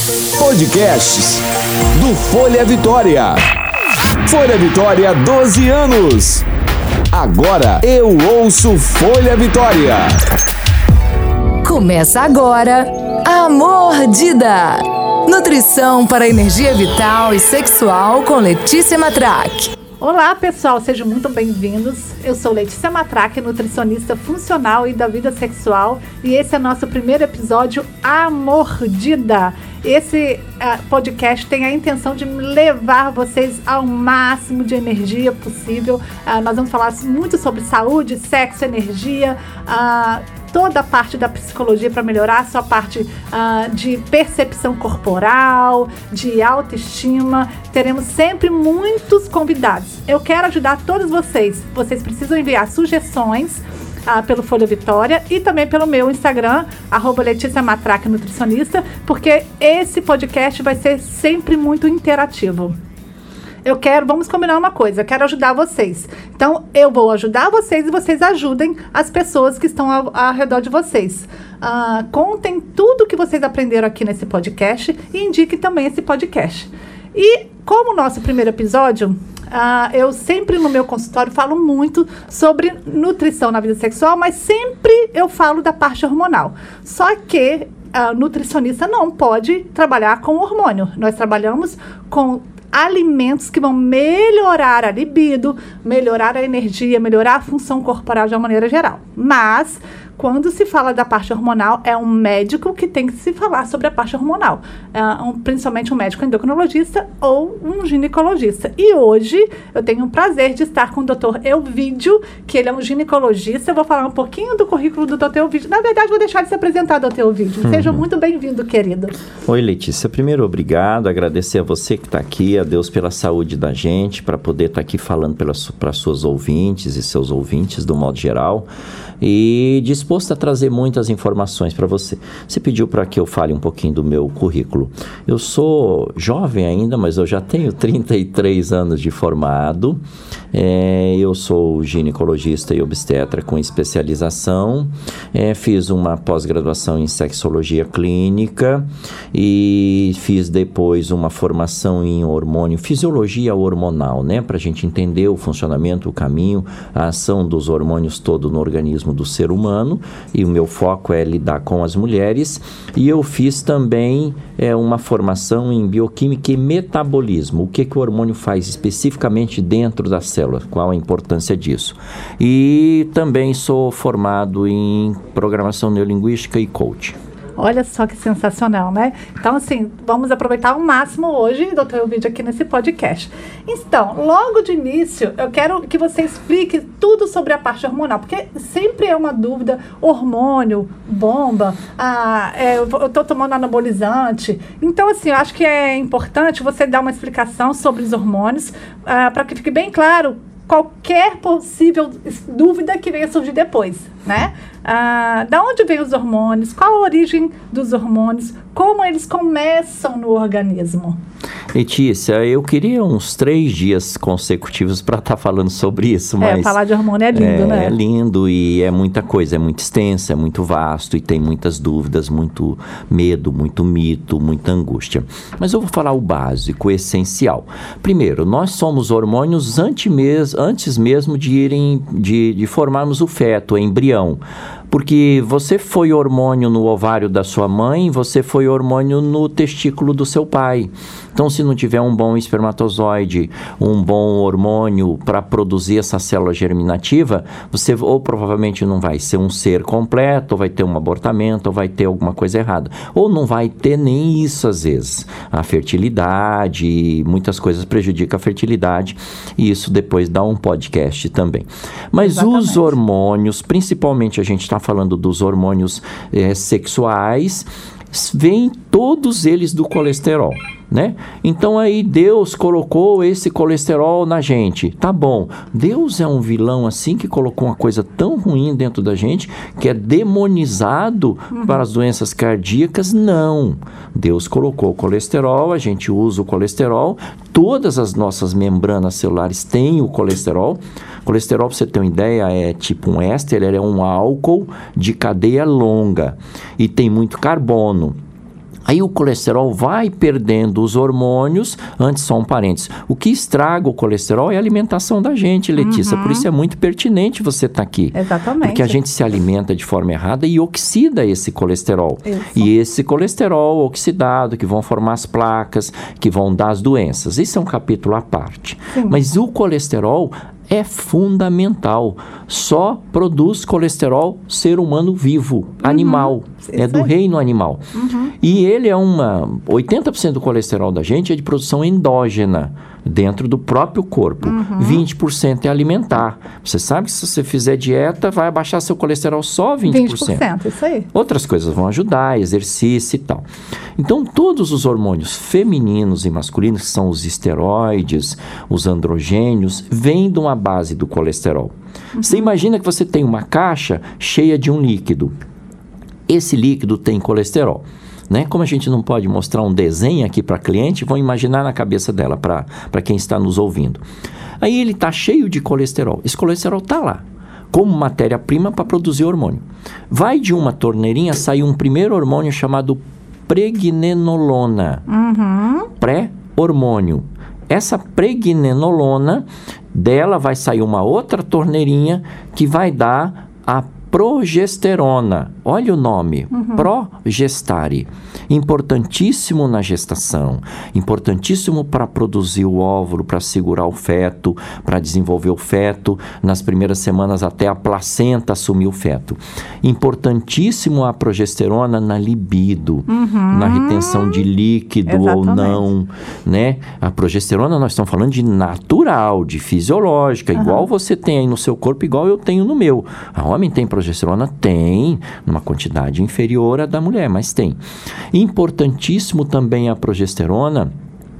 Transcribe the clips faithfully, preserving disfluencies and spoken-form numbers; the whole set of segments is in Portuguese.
Podcasts do Folha Vitória. Folha Vitória, doze anos. Agora eu ouço Folha Vitória. Começa agora a Mordida. Nutrição para energia vital e sexual com Letícia Matrac. Olá pessoal, sejam muito bem-vindos. Eu sou Letícia Matrac, nutricionista funcional e da vida sexual, e esse é nosso primeiro episódio, A Mordida. Esse uh, podcast tem a intenção de levar vocês ao máximo de energia possível. Uh, nós vamos falar muito sobre saúde, sexo, energia, uh, toda a parte da psicologia para melhorar a sua parte uh, de percepção corporal, de autoestima. Teremos sempre muitos convidados. Eu quero ajudar todos vocês. Vocês precisam enviar sugestões uh, pelo Folha Vitória e também pelo meu Instagram, arroba Letícia Matrac Nutricionista, porque esse podcast vai ser sempre muito interativo. Eu quero, vamos combinar uma coisa, eu quero ajudar vocês. Então, eu vou ajudar vocês e vocês ajudem as pessoas que estão ao, ao redor de vocês. Uh, contem tudo que vocês aprenderam aqui nesse podcast e indiquem também esse podcast. E, como nosso primeiro episódio, uh, eu sempre no meu consultório falo muito sobre nutrição na vida sexual, mas sempre eu falo da parte hormonal. Só que a nutricionista não pode trabalhar com hormônio. Nós trabalhamos com alimentos que vão melhorar a libido, melhorar a energia, melhorar a função corporal de uma maneira geral. Mas, quando se fala da parte hormonal, é um médico que tem que se falar sobre a parte hormonal. É um, principalmente um médico endocrinologista ou um ginecologista. E hoje, eu tenho o prazer de estar com o doutor Elvídio, que ele é um ginecologista. Eu vou falar um pouquinho do currículo do doutor Elvídio. Na verdade, vou deixar de se apresentar, doutor Elvídio. Uhum. Seja muito bem-vindo, querido. Oi, Letícia. Primeiro, obrigado. Agradecer a você que está aqui, a Deus pela saúde da gente, para poder estar tá aqui falando para suas ouvintes e seus ouvintes, do modo geral. E disposto a trazer muitas informações para você. Você pediu para que eu fale um pouquinho do meu currículo. Eu sou jovem ainda, mas eu já tenho trinta e três anos de formado. É, eu sou ginecologista e obstetra com especialização. É, fiz uma pós-graduação em sexologia clínica e fiz depois uma formação em hormônio, fisiologia hormonal, né? Para a gente entender o funcionamento, o caminho, a ação dos hormônios todo no organismo do ser humano, e o meu foco é lidar com as mulheres. E eu fiz também é, uma formação em bioquímica e metabolismo, o que, que o hormônio faz especificamente dentro da célula, qual a importância disso. E também sou formado em programação neurolinguística e coaching. Olha só que sensacional, né? Então, assim, vamos aproveitar ao máximo hoje, doutor Elvídio, aqui nesse podcast. Então, logo de início, eu quero que você explique tudo sobre a parte hormonal, porque sempre é uma dúvida, hormônio, bomba, ah, é, eu estou tomando anabolizante. Então, assim, eu acho que é importante você dar uma explicação sobre os hormônios, ah, para que fique bem claro qualquer possível dúvida que venha surgir depois, né? Ah, da onde vêm os hormônios, qual a origem dos hormônios, como eles começam no organismo. Letícia, eu queria uns três dias consecutivos para estar tá falando sobre isso, mas... É, falar de hormônio é lindo, é, né? É lindo e é muita coisa, é muito extensa, é muito vasto e tem muitas dúvidas, muito medo, muito mito, muita angústia. Mas eu vou falar o básico, o essencial. Primeiro, nós somos hormônios antes mesmo, antes mesmo de, irem, de, de formarmos o feto, o embrião. Porque você foi hormônio no ovário da sua mãe, você foi hormônio no testículo do seu pai. Então, se não tiver um bom espermatozoide, um bom hormônio para produzir essa célula germinativa, você ou provavelmente não vai ser um ser completo, ou vai ter um abortamento, ou vai ter alguma coisa errada. Ou não vai ter nem isso, às vezes. A fertilidade, muitas coisas prejudicam a fertilidade, e isso depois dá um podcast também. Mas exatamente. Os hormônios, principalmente a gente está falando dos hormônios é, sexuais, vêm todos eles do colesterol, né? Então aí Deus colocou esse colesterol na gente. Tá bom, Deus é um vilão assim que colocou uma coisa tão ruim dentro da gente, que é demonizado uhum. para as doenças cardíacas? Não. Deus colocou o colesterol, a gente usa o colesterol, todas as nossas membranas celulares têm o colesterol. Colesterol, para você ter uma ideia, é tipo um éster, ele é um álcool de cadeia longa e tem muito carbono. Aí o colesterol vai perdendo os hormônios. Antes, só um parênteses. O que estraga o colesterol é a alimentação da gente, Letícia. Uhum. Por isso é muito pertinente você estar tá aqui. Exatamente. Porque a gente se alimenta de forma errada e oxida esse colesterol. Isso. E esse colesterol oxidado, que vão formar as placas, que vão dar as doenças. Isso é um capítulo à parte. Sim. Mas o colesterol é fundamental. Só produz colesterol ser humano vivo, uhum. animal. É do reino animal. Uhum. E ele é uma... oitenta por cento do colesterol da gente é de produção endógena, dentro do próprio corpo. Uhum. vinte por cento é alimentar. Você sabe que se você fizer dieta, vai abaixar seu colesterol só vinte por cento. vinte por cento, isso aí. Outras coisas vão ajudar, exercício e tal. Então, todos os hormônios femininos e masculinos, que são os esteroides, os androgênios, vêm de uma base do colesterol. Uhum. Você imagina que você tem uma caixa cheia de um líquido. Esse líquido tem colesterol. Né? Como a gente não pode mostrar um desenho aqui para a cliente, vão imaginar na cabeça dela, para quem está nos ouvindo. Aí ele está cheio de colesterol. Esse colesterol está lá, como matéria-prima para produzir hormônio. Vai de uma torneirinha sair um primeiro hormônio chamado pregnenolona. Uhum. Pré-hormônio. Essa pregnenolona, dela vai sair uma outra torneirinha que vai dar a progesterona. Olha o nome, uhum. Progestare. Importantíssimo na gestação, importantíssimo para produzir o óvulo, para segurar o feto, para desenvolver o feto, nas primeiras semanas até a placenta assumir o feto. Importantíssimo a progesterona na libido, uhum. na retenção de líquido. Exatamente. Ou não, né? A progesterona nós estamos falando de natural, de fisiológica, uhum. igual você tem aí no seu corpo, igual eu tenho no meu. A homem tem progesterona? Tem, numa quantidade inferior à da mulher, mas tem. Importantíssimo também a progesterona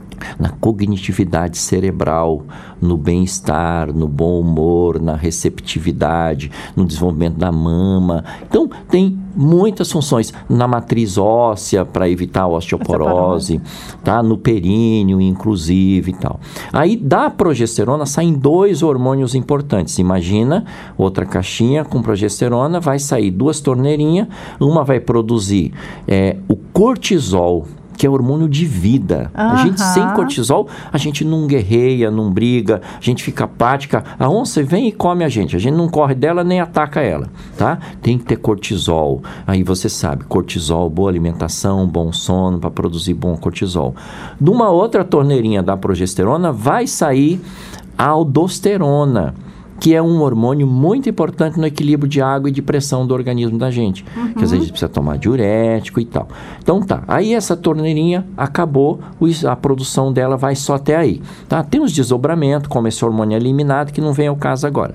na cognitividade cerebral, no bem-estar, no bom humor, na receptividade, no desenvolvimento da mama. Então, tem muitas funções. Na matriz óssea, para evitar a osteoporose, tá? No períneo, inclusive, e tal. Aí, da progesterona, saem dois hormônios importantes. Imagina, outra caixinha com progesterona, vai sair duas torneirinhas, uma vai produzir é, o cortisol, que é hormônio de vida. Uhum. A gente sem cortisol, a gente não guerreia, não briga, a gente fica apática. A onça vem e come a gente. A gente não corre dela nem ataca ela, tá? Tem que ter cortisol. Aí você sabe, cortisol, boa alimentação, bom sono para produzir bom cortisol. De uma outra torneirinha da progesterona vai sair a aldosterona, que é um hormônio muito importante no equilíbrio de água e de pressão do organismo da gente. Uhum. Que às vezes precisa tomar diurético e tal. Então tá, aí essa torneirinha acabou, a produção dela vai só até aí. Tá? Tem uns desdobramentos, como esse hormônio eliminado, que não vem ao caso agora.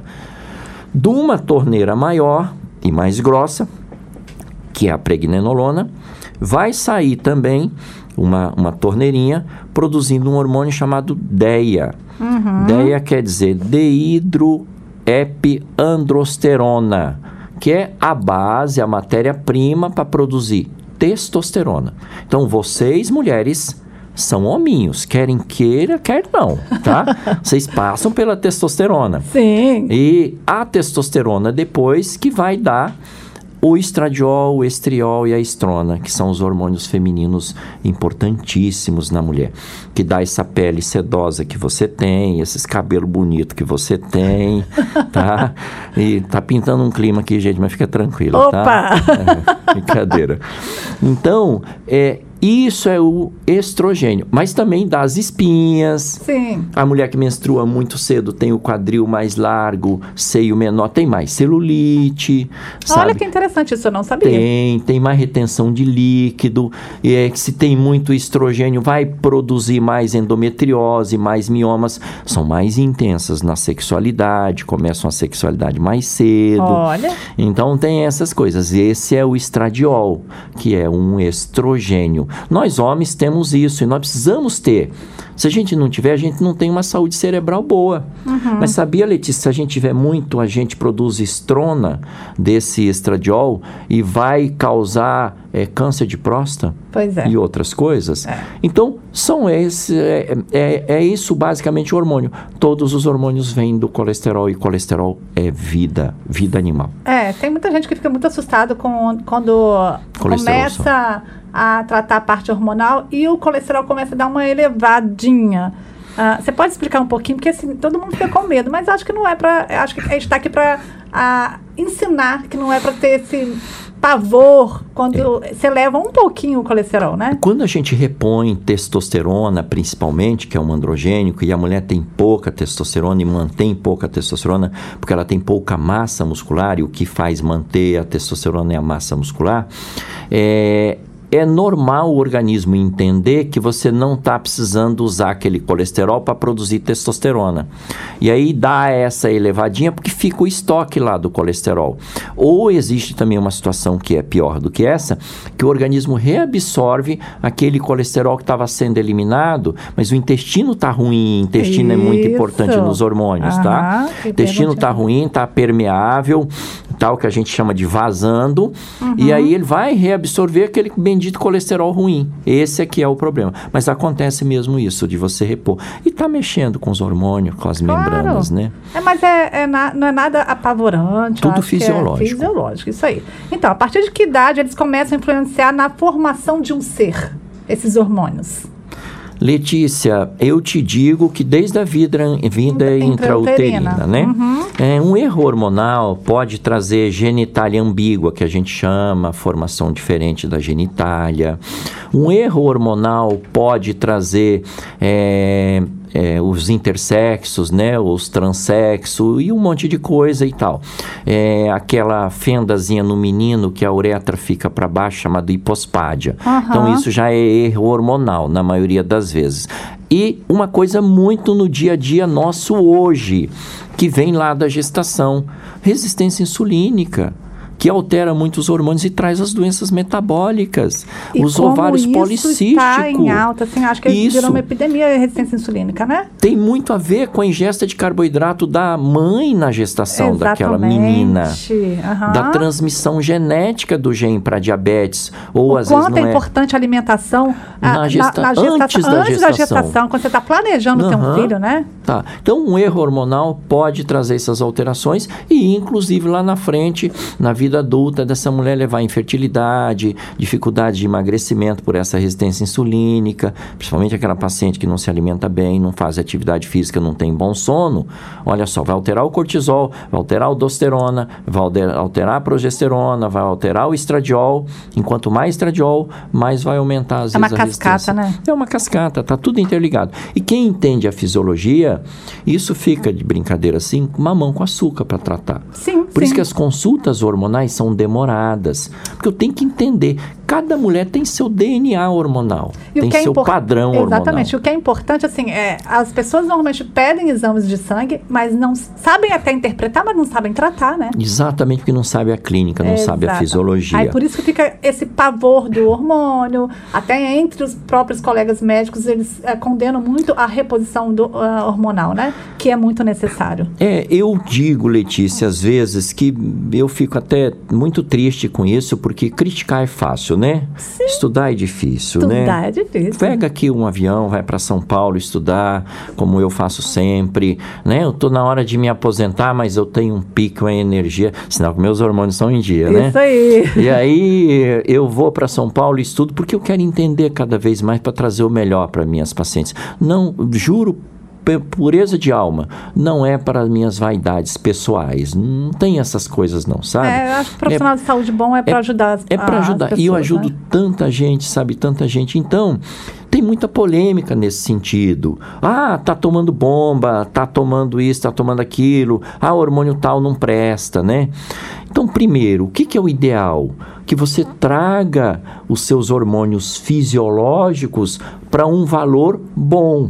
De uma torneira maior e mais grossa, que é a pregnenolona, vai sair também uma, uma torneirinha produzindo um hormônio chamado DEA. Uhum. DEA quer dizer dehidroepiandrosterona, que é a base, a matéria-prima para produzir testosterona. Então, vocês, mulheres, são hominhos, querem queira, quer não, tá? Vocês passam pela testosterona. Sim. E a testosterona depois que vai dar o estradiol, o estriol e a estrona, que são os hormônios femininos importantíssimos na mulher, que dá essa pele sedosa que você tem, esses cabelos bonitos que você tem, tá? E tá pintando um clima aqui, gente, mas fica tranquilo, Opa! Tá? É, brincadeira. Então, é... isso é o estrogênio, mas também dá as espinhas. Sim. A mulher que menstrua muito cedo tem o quadril mais largo, seio menor, tem mais celulite, sabe? Olha que interessante, isso eu não sabia. Tem, tem mais retenção de líquido, e é que se tem muito estrogênio vai produzir mais endometriose, mais miomas, são mais intensas na sexualidade, começam a sexualidade mais cedo. Olha. Então tem essas coisas. Esse é o estradiol, que é um estrogênio. Nós homens temos isso e nós precisamos ter. Se a gente não tiver, a gente não tem uma saúde cerebral boa. Uhum. Mas sabia, Letícia, se a gente tiver muito, a gente produz estrona desse estradiol e vai causar é, câncer de próstata pois é. e outras coisas. É. Então, são esse, é, é, é isso basicamente o hormônio. Todos os hormônios vêm do colesterol e colesterol é vida, vida animal. É, tem muita gente que fica muito assustado com, quando começa só. a tratar a parte hormonal e o colesterol começa a dar uma elevadinha. Uh, você pode explicar um pouquinho, porque assim, todo mundo fica com medo, mas acho que não é para, acho que a gente está aqui para uh, ensinar que não é para ter esse pavor quando é. você leva um pouquinho o colesterol, né? Quando a gente repõe testosterona, principalmente, que é um androgênico, e a mulher tem pouca testosterona e mantém pouca testosterona, porque ela tem pouca massa muscular, e o que faz manter a testosterona é a massa muscular, é... É normal o organismo entender que você não está precisando usar aquele colesterol para produzir testosterona. E aí dá essa elevadinha porque fica o estoque lá do colesterol. Ou existe também uma situação que é pior do que essa, que o organismo reabsorve aquele colesterol que estava sendo eliminado, mas o intestino está ruim. O intestino Isso. é muito importante nos hormônios, Aham, tá? O intestino está ruim, está permeável, tal que a gente chama de vazando, uhum. e aí ele vai reabsorver aquele bendito dito colesterol ruim. Esse aqui é o problema. Mas acontece mesmo isso, de você repor. E tá mexendo com os hormônios, com as claro. membranas, né? É, mas é, é na, não é nada apavorante. Tudo fisiológico. É fisiológico, isso aí. Então, a partir de que idade eles começam a influenciar na formação de um ser, esses hormônios? Letícia, eu te digo que desde a vida, vida intrauterina, né? Uhum. É, um erro hormonal pode trazer genitália ambígua, que a gente chama, formação diferente da genitália. Um erro hormonal pode trazer... É, É, os intersexos, né, os transexos e um monte de coisa e tal. É, aquela fendazinha no menino que a uretra fica para baixo, chamada hipospádia. Uhum. Então, isso já é erro hormonal, na maioria das vezes. E uma coisa muito no dia a dia nosso hoje, que vem lá da gestação, resistência insulínica, que altera muito os hormônios e traz as doenças metabólicas, e os ovários policísticos. Está em alta, assim, acho que isso virou uma epidemia de resistência insulínica, né? Tem muito a ver com a ingesta de carboidrato da mãe na gestação Exatamente. daquela menina, uhum. da transmissão genética do gene para diabetes, ou o às vezes não é é importante a alimentação na gesta... na, na gestação, antes, da, antes gestação. da gestação, quando você está planejando uhum. ter um filho, né? Tá. Então, um erro hormonal pode trazer essas alterações e, inclusive, lá na frente, na vida adulta, dessa mulher levar infertilidade, dificuldade de emagrecimento por essa resistência insulínica, principalmente aquela paciente que não se alimenta bem, não faz atividade física, não tem bom sono. Olha só, vai alterar o cortisol, vai alterar a aldosterona, vai alterar a progesterona, vai alterar o estradiol. Enquanto mais estradiol, mais vai aumentar às é vezes a resistência. É uma cascata, né? É uma cascata, tá tudo interligado. E quem entende a fisiologia, isso fica de brincadeira assim, mamão com açúcar para tratar. Sim, Por sim. isso que as consultas hormonais são demoradas, porque eu tenho que entender, cada mulher tem seu D N A hormonal, e tem o que é seu import... padrão hormonal. Exatamente, o que é importante, assim, é, as pessoas normalmente pedem exames de sangue, mas não sabem até interpretar, mas não sabem tratar, né? Exatamente, porque não sabe a clínica, não Exato. sabe a fisiologia. Aí por isso que fica esse pavor do hormônio, até entre os próprios colegas médicos, eles é, condenam muito a reposição do, uh, hormonal, né? Que é muito necessário. É, eu digo, Letícia, às vezes, que eu fico até muito triste com isso, porque criticar é fácil, né? Sim. Estudar é difícil, estudar né? Estudar é difícil. Pega aqui um avião, vai para São Paulo estudar, como eu faço sempre, né? Eu tô na hora de me aposentar, mas eu tenho um pico em energia, sinal que meus hormônios estão em dia, né? Isso aí. E aí eu vou para São Paulo e estudo porque eu quero entender cada vez mais para trazer o melhor para minhas pacientes. Não, juro, pureza de alma, não é para minhas vaidades pessoais, não tem essas coisas não, sabe? É, eu acho que o profissional é, de saúde bom é para ajudar as, é para ajudar, pessoas, e eu ajudo né? tanta gente, sabe, tanta gente, então tem muita polêmica nesse sentido. Ah, tá tomando bomba, tá tomando isso, tá tomando aquilo, ah, hormônio tal não presta, né? Então, primeiro, o que, que é o ideal? Que você traga os seus hormônios fisiológicos para um valor bom.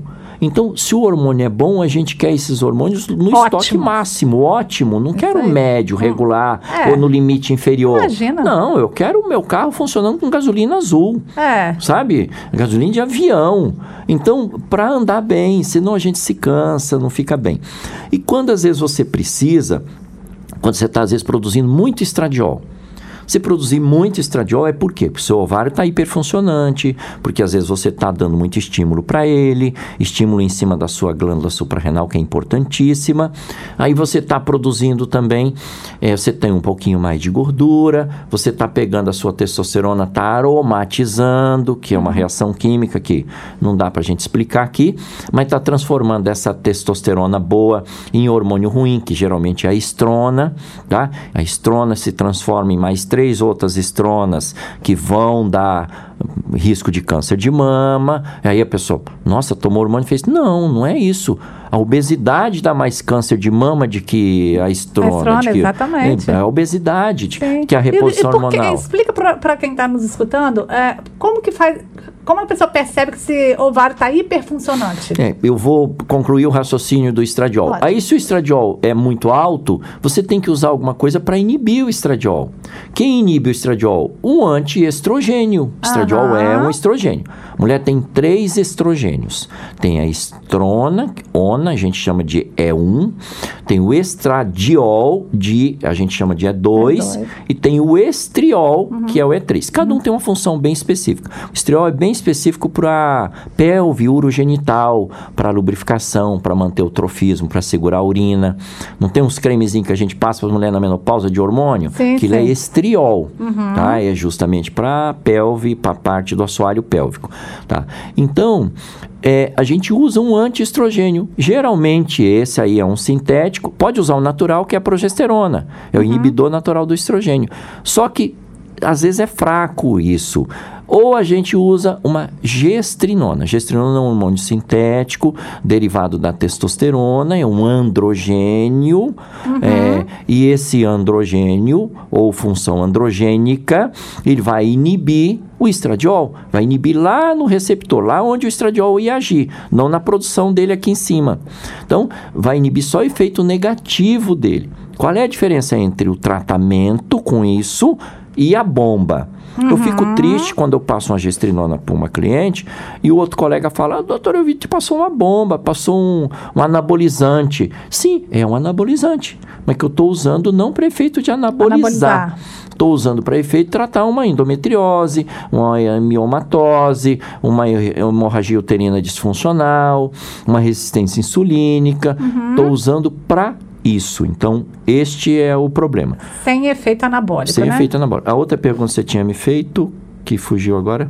Então, se o hormônio é bom, a gente quer esses hormônios no Ótimo. estoque máximo, ótimo. Não quero aí. médio, regular É. ou no limite inferior. Imagina. Não, eu quero o meu carro funcionando com gasolina azul. É. Sabe? Gasolina de avião. Então, para andar bem, senão a gente se cansa, não fica bem. E quando às vezes você precisa, quando você está às vezes produzindo muito estradiol, se produzir muito estradiol é por quê? Porque o seu ovário está hiperfuncionante, porque às vezes você está dando muito estímulo para ele, estímulo em cima da sua glândula suprarrenal, que é importantíssima. Aí você está produzindo também, é, você tem um pouquinho mais de gordura, você está pegando a sua testosterona, está aromatizando, que é uma reação química que não dá para a gente explicar aqui, mas está transformando essa testosterona boa em hormônio ruim, que geralmente é a estrona, tá? A estrona se transforma em mais três outras estronas que vão dar risco de câncer de mama. Aí a pessoa, nossa, tomou hormônio e fez. Não, não é isso. A obesidade dá mais câncer de mama de que a estrona. A estrona, de que, exatamente. É, a obesidade, de, Sim. que é a reposição e, e porque, hormonal. Explica para quem está nos escutando, é, como que faz, como a pessoa percebe que esse ovário está hiperfuncionante? É, eu vou concluir o raciocínio do estradiol. Pode. Aí, se o estradiol é muito alto, você tem que usar alguma coisa para inibir o estradiol. Quem inibe o estradiol? Um antiestrogênio. Estradiol Aham. é um estrogênio. A mulher tem três estrogênios. Tem a estrona, ona, a gente chama de E um. Tem o estradiol, de, a gente chama de E dois. E dois. E tem o estriol, Uhum. que é o E três. Cada um tem uma função bem específica. O estriol é bem específico para pelve, urogenital, para lubrificação, para manter o trofismo, para segurar a urina. Não tem uns cremezinhos que a gente passa para as mulheres na menopausa de hormônio? Sim, Aquilo sim. é estriol, Uhum. tá? É justamente para pelve, para parte do assoalho pélvico, tá? Então, é, a gente usa um antiestrogênio. Geralmente, esse aí é um sintético. Pode usar o natural, que é a progesterona. É o Uhum. inibidor natural do estrogênio. Só que, às vezes, é fraco isso. Ou a gente usa uma gestrinona. Gestrinona é um hormônio sintético, derivado da testosterona, é um androgênio. Uhum. É, e esse androgênio, ou função androgênica, ele vai inibir o estradiol, vai inibir lá no receptor, lá onde o estradiol ia agir, não na produção dele aqui em cima. Então, vai inibir só o efeito negativo dele. Qual é a diferença entre o tratamento com isso e a bomba? Uhum. Eu fico triste quando eu passo uma gestrinona para uma cliente e o outro colega fala, ah, doutor, eu vi que passou uma bomba, passou um, um anabolizante. Sim, é um anabolizante, mas que eu estou usando não para efeito de anabolizar. Anabolizar. Estou usando para efeito tratar uma endometriose, uma miomatose, uma hemorragia uterina disfuncional, uma resistência insulínica. Estou usando para isso. Então, este é o problema. Sem efeito anabólico, Sem né? efeito anabólico. A outra pergunta que você tinha me feito, que fugiu agora,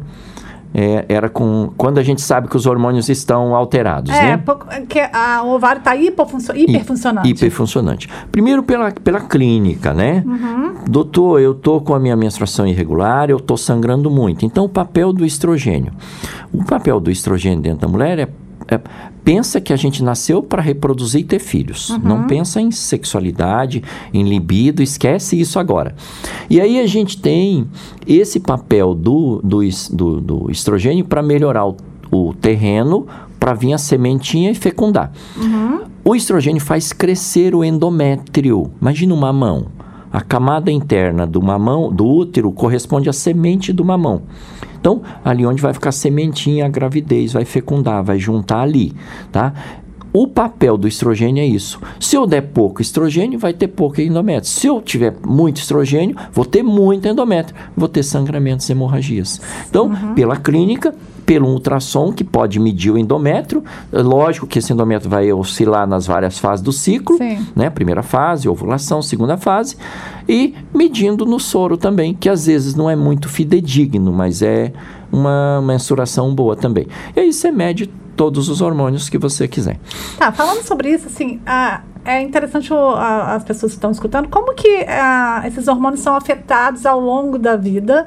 é, era com quando a gente sabe que os hormônios estão alterados, É, né? pouco- que a, o ovário está hiperfuncionante. Hiperfuncionante. Primeiro pela, pela clínica, né? Uhum. Doutor, eu tô com a minha menstruação irregular, eu tô sangrando muito. Então, o papel do estrogênio. O papel do estrogênio dentro da mulher é É, pensa que a gente nasceu para reproduzir e ter filhos. Uhum. Não pensa em sexualidade, em libido, esquece isso agora. E aí a gente tem esse papel do, do, do, do estrogênio para melhorar o, o terreno, para vir a sementinha e fecundar. Uhum. O estrogênio faz crescer o endométrio. Imagina um mamão. A camada interna do mamão, do útero, corresponde à semente do mamão. Então, ali onde vai ficar a sementinha, a gravidez, vai fecundar, vai juntar ali, tá? O papel do estrogênio é isso. Se eu der pouco estrogênio, vai ter pouco endométrio. Se eu tiver muito estrogênio, vou ter muito endométrio. Vou ter sangramentos e hemorragias. Então, uhum. pela clínica, pelo ultrassom, que pode medir o endométrio. Lógico que esse endométrio vai oscilar nas várias fases do ciclo. Sim. Né? Primeira fase, ovulação, segunda fase. E medindo no soro também, que às vezes não é muito fidedigno, mas é uma mensuração boa também. E aí você mede todos os hormônios que você quiser. Tá, falando sobre isso, assim, a, é interessante o, a, as pessoas que estão escutando, como que a, esses hormônios são afetados ao longo da vida.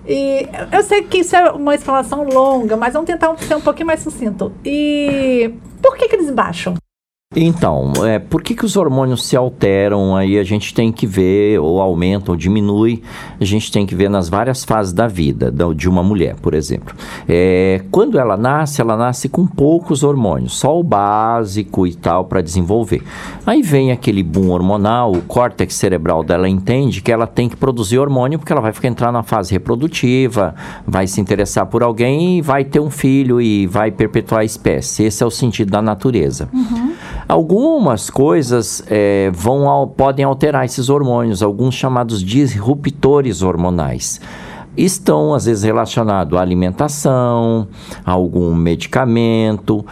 E eu sei que isso é uma explanação longa, mas vamos tentar ser um pouquinho mais sucinto. E por que que eles baixam? Então, é, por que que os hormônios se alteram? Aí a gente tem que ver, ou aumenta ou diminui, a gente tem que ver nas várias fases da vida de uma mulher, por exemplo. É, quando ela nasce, ela nasce com poucos hormônios, só o básico e tal para desenvolver. Aí vem aquele boom hormonal, o córtex cerebral dela entende que ela tem que produzir hormônio porque ela vai ficar entrar na fase reprodutiva, vai se interessar por alguém e vai ter um filho e vai perpetuar a espécie. Esse é o sentido da natureza. Uhum. Algumas coisas é, vão ao, podem alterar esses hormônios, alguns chamados disruptores hormonais. Estão, às vezes, relacionados à alimentação, a algum medicamento,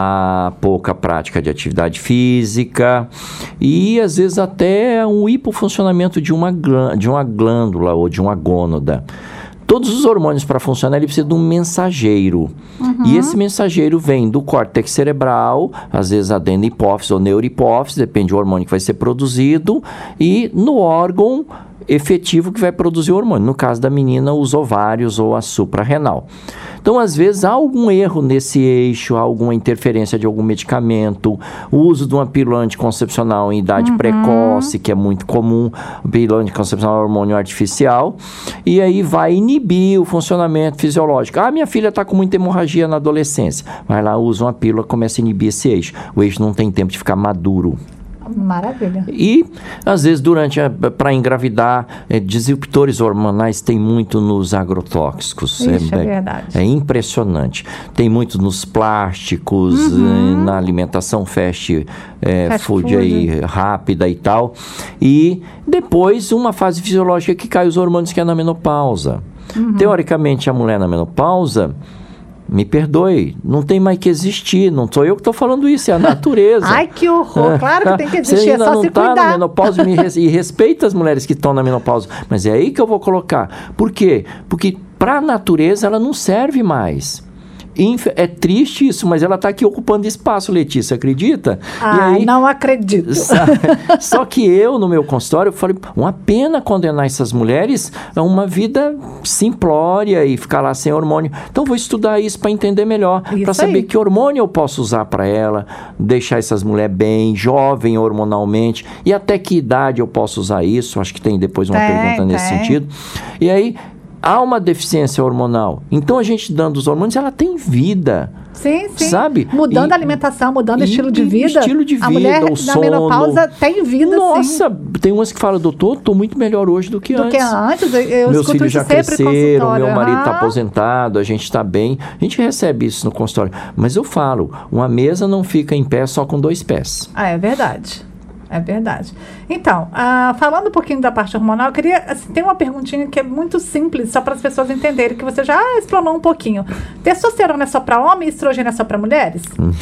a pouca prática de atividade física e, às vezes, até um hipofuncionamento de uma, glândula, de uma glândula ou de uma gônada. Todos os hormônios, para funcionar, ele precisa de um mensageiro. Uhum. E esse mensageiro vem do córtex cerebral, às vezes adenohipófise ou neurohipófise, depende do hormônio que vai ser produzido, e no órgão efetivo que vai produzir o hormônio. No caso da menina, os ovários ou a suprarrenal. Então, às vezes, há algum erro nesse eixo, há alguma interferência de algum medicamento, o uso de uma pílula anticoncepcional em idade uhum. precoce, que é muito comum, pílula anticoncepcional hormônio artificial, e aí vai inibir o funcionamento fisiológico. Ah, minha filha está com muita hemorragia na adolescência. Vai lá, usa uma pílula, começa a inibir esse eixo. O eixo não tem tempo de ficar maduro. Maravilha. E, às vezes, durante para engravidar, é, disruptores hormonais tem muito nos agrotóxicos. Ixi, é, é É verdade. impressionante. Tem muito nos plásticos, uhum. é, na alimentação fast, é, fast food, food. Aí, rápida e tal. E depois, uma fase fisiológica que cai os hormônios, que é na menopausa. Uhum. Teoricamente, a mulher na menopausa... Me perdoe, não tem mais que existir, não sou eu que estou falando isso, é a natureza. Ai, que horror, claro que tem que existir, Você ainda é só não se tá cuidar. na menopausa e, me res, e respeita as mulheres que estão na menopausa, mas é aí que eu vou colocar. Por quê? Porque para a natureza ela não serve mais. É triste isso, mas ela está aqui ocupando espaço, Letícia, acredita? Ah, e aí, não acredito. Só que eu, no meu consultório, eu falei, uma pena condenar essas mulheres a uma vida simplória e ficar lá sem hormônio. Então, vou estudar isso para entender melhor, para saber que hormônio eu posso usar para ela, deixar essas mulheres bem, jovem hormonalmente, e até que idade eu posso usar isso. Acho que tem depois uma tem, pergunta nesse tem. sentido. E aí... Há uma deficiência hormonal. Então, a gente dando os hormônios, ela tem vida. Sim, sim. Sabe? Mudando e, a alimentação, mudando o estilo de e, vida. estilo de vida, a mulher o na sono. menopausa tem vida, Nossa, sim. Nossa, tem umas que falam, doutor, estou muito melhor hoje do que do antes. Do que antes. Eu, eu Meus filhos já cresceram, meu marido está ah. aposentado, a gente está bem. A gente recebe isso no consultório. Mas eu falo, uma mesa não fica em pé só com dois pés. Ah, é verdade. É verdade. Então, uh, falando um pouquinho da parte hormonal, eu queria... Assim, tem uma perguntinha que é muito simples, só para as pessoas entenderem, que você já explanou um pouquinho. Testosterona é só para homem e estrogênio é só para mulheres?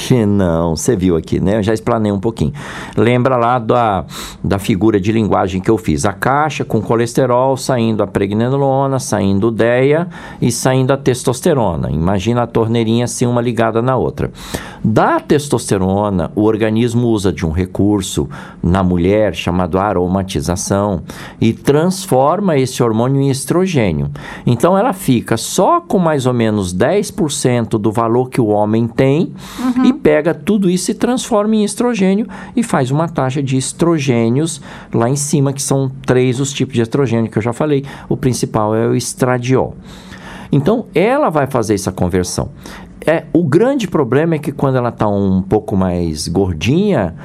Não, você viu aqui, né? Eu já explanei um pouquinho. Lembra lá da, da figura de linguagem que eu fiz. A caixa com colesterol, saindo a pregnenolona, saindo o D E A e saindo a testosterona. Imagina a torneirinha assim, uma ligada na outra. Da testosterona, o organismo usa de um recurso na mulher chamado aromatização e transforma esse hormônio em estrogênio. Então ela fica só com mais ou menos dez por cento do valor que o homem tem uhum. e pega tudo isso e transforma em estrogênio e faz uma taxa de estrogênios lá em cima, que são três os tipos de estrogênio que eu já falei. O principal é o estradiol. Então ela vai fazer essa conversão. É, o grande problema é que quando ela está um pouco mais gordinha,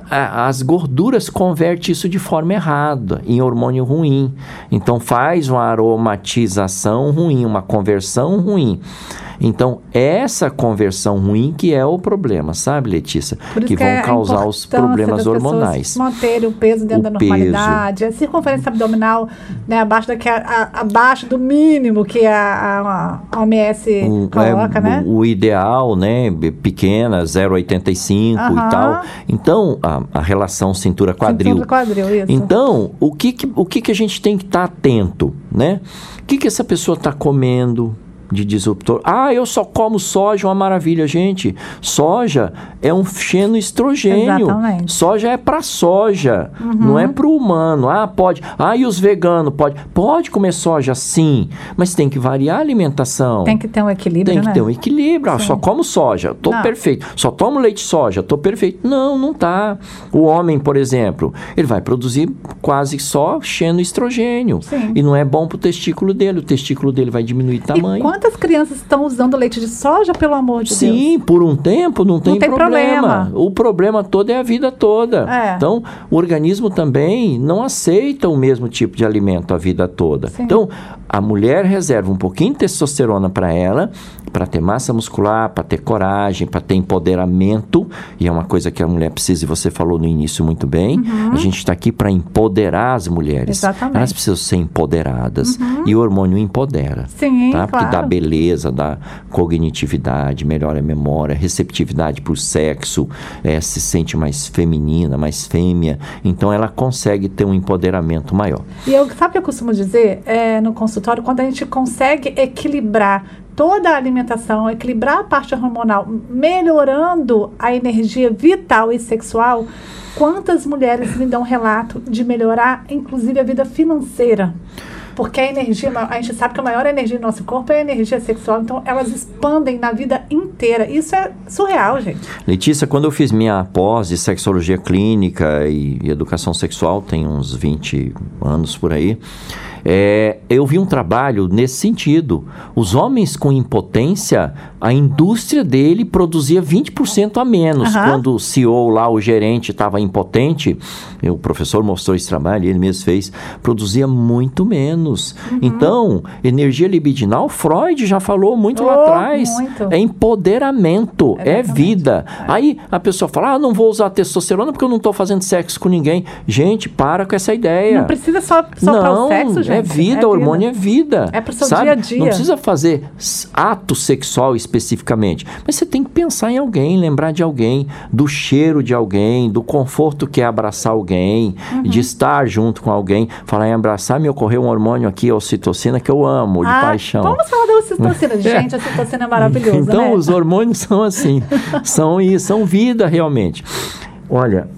as gorduras convertem isso de forma errada, em hormônio ruim. Então, faz uma aromatização ruim, uma conversão ruim. Então, essa conversão ruim que é o problema, sabe, Letícia? Por isso que, que vão é causar os problemas hormonais. Manterem o peso dentro o da normalidade, peso. A circunferência abdominal, né, abaixo, daqui, a, a, abaixo do mínimo que a, a, a O M S o, coloca, é, né? O, o ideal, né, pequena, zero vírgula oitenta e cinco uh-huh. e tal. Então, a, a relação cintura-quadril. Cintura-quadril, isso. Então, o que, que, o que, que a gente tem que estar tá atento, né? O que, que essa pessoa está comendo? de disruptor. Ah, eu só como soja, uma maravilha. Gente, soja é um xenoestrogênio. Exatamente. Soja é para soja, uhum. não é para o humano. Ah, pode. Ah, e os veganos? Pode. Pode comer soja, sim, mas tem que variar a alimentação. Tem que ter um equilíbrio, Tem que né? ter um equilíbrio. Ah, só como soja, tô não. perfeito. Só tomo leite de soja, tô perfeito. Não, não tá. O homem, por exemplo, ele vai produzir quase só xenoestrogênio. Sim. E não é bom pro testículo dele. O testículo dele vai diminuir de tamanho. E quantas crianças estão usando leite de soja, pelo amor de Sim, Deus? Sim, por um tempo não tem, não tem problema. problema. O problema todo é a vida toda. É. Então, o organismo também não aceita o mesmo tipo de alimento a vida toda. Sim. Então, a mulher reserva um pouquinho de testosterona para ela, para ter massa muscular, para ter coragem, para ter empoderamento, e é uma coisa que a mulher precisa, e você falou no início muito bem, uhum. a gente está aqui para empoderar as mulheres. Exatamente. Elas precisam ser empoderadas, uhum. e o hormônio empodera. Sim, tá? Porque claro. dá beleza, dá cognitividade, melhora a memória, receptividade para o sexo, é, se sente mais feminina, mais fêmea, então ela consegue ter um empoderamento maior. E eu, sabe o que eu costumo dizer é, no consultório? Quando a gente consegue equilibrar toda a alimentação, equilibrar a parte hormonal, melhorando a energia vital e sexual, quantas mulheres me dão relato de melhorar, inclusive, a vida financeira? Porque a energia, a gente sabe que a maior energia do nosso corpo é a energia sexual, então elas expandem na vida inteira. Isso é surreal, gente. Letícia, quando eu fiz minha pós de sexologia clínica e, e educação sexual, tem uns vinte anos por aí, É, eu vi um trabalho nesse sentido. Os homens com impotência, a indústria dele produzia vinte por cento a menos. Uhum. Quando o C E O lá, o gerente, estava impotente, o professor mostrou esse trabalho, ele mesmo fez, produzia muito menos. Uhum. Então, energia libidinal, Freud já falou muito oh, lá atrás. Muito. É empoderamento, é, é vida. É. Aí a pessoa fala, ah, não vou usar testosterona porque eu não estou fazendo sexo com ninguém. Gente, para com essa ideia. Não precisa só, só para o sexo, gente. É vida, é hormônio vida. é vida. É pro seu sabe? dia a dia. Não precisa fazer ato sexual especificamente, mas você tem que pensar em alguém, lembrar de alguém, do cheiro de alguém, do conforto que é abraçar alguém, uhum. de estar junto com alguém. Falar em abraçar, me ocorreu um hormônio aqui, a ocitocina, que eu amo, de ah, paixão. Vamos falar da ocitocina. Gente, a ocitocina é maravilhosa, Então, né? os hormônios são assim, são isso, são vida realmente. Olha...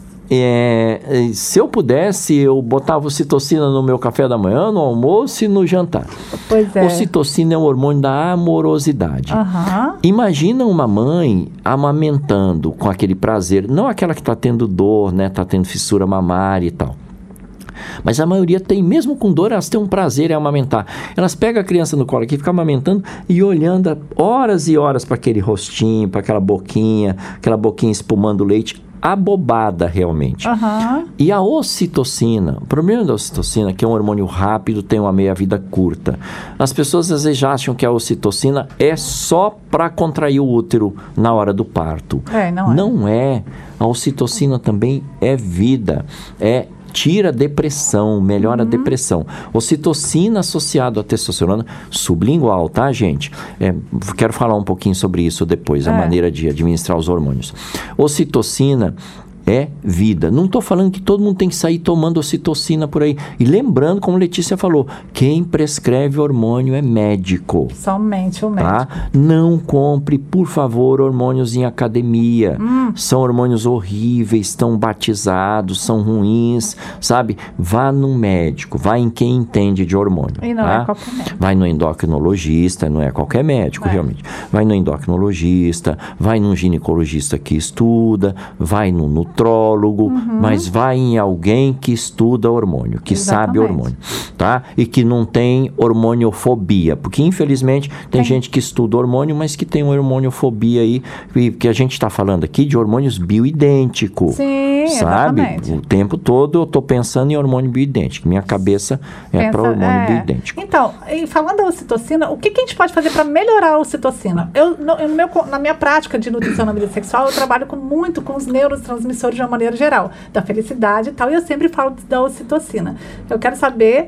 É, se eu pudesse, eu botava ocitocina no meu café da manhã, no almoço e no jantar. Pois é. Ocitocina é o hormônio da amorosidade. Uhum. Imagina uma mãe amamentando com aquele prazer, não aquela que está tendo dor, né, está tendo fissura mamária e tal. Mas a maioria tem, mesmo com dor, elas têm um prazer em amamentar. Elas pegam a criança no colo aqui, ficam amamentando e olhando horas e horas para aquele rostinho, para aquela boquinha, aquela boquinha espumando leite. Abobada realmente. Uhum. E a ocitocina, o problema da ocitocina é que é um hormônio rápido, tem uma meia-vida curta. As pessoas às vezes acham que a ocitocina é só para contrair o útero na hora do parto. É, não é. Não é. A ocitocina também é vida, é tira a depressão, melhora uhum. a depressão. Ocitocina associado à testosterona sublingual, tá, gente? É, quero falar um pouquinho sobre isso depois, é. a maneira de administrar os hormônios. Ocitocina é vida. Não estou falando que todo mundo tem que sair tomando ocitocina por aí. E lembrando, como Letícia falou, quem prescreve hormônio é médico. Somente o médico. Tá? Não compre, por favor, hormônios em academia. Hum. São hormônios horríveis, estão batizados, são ruins, sabe? Vá num médico, vá em quem entende de hormônio. E não tá? é qualquer médico. Vai no endocrinologista, não é qualquer médico, é. realmente. Vai no endocrinologista, vai num ginecologista que estuda, vai no nutrólogo, uhum. mas vai em alguém que estuda hormônio, que Exatamente. sabe hormônio, tá? E que não tem hormoniofobia, porque infelizmente tem, tem gente que estuda hormônio, mas que tem uma hormoniofobia aí, que a gente está falando aqui de hormônios bioidênticos, Sim, sabe? Exatamente. O tempo todo eu estou pensando em hormônio bioidêntico, minha cabeça é Pensa, para hormônio é. bioidêntico. Então, e falando da ocitocina, o que, que a gente pode fazer para melhorar a ocitocina? Eu, no, no meu, na minha prática de nutrição na vida sexual, eu trabalho com, muito com os neurotransmissores de uma maneira geral, da felicidade e tal, e eu sempre falo da ocitocina. Eu quero saber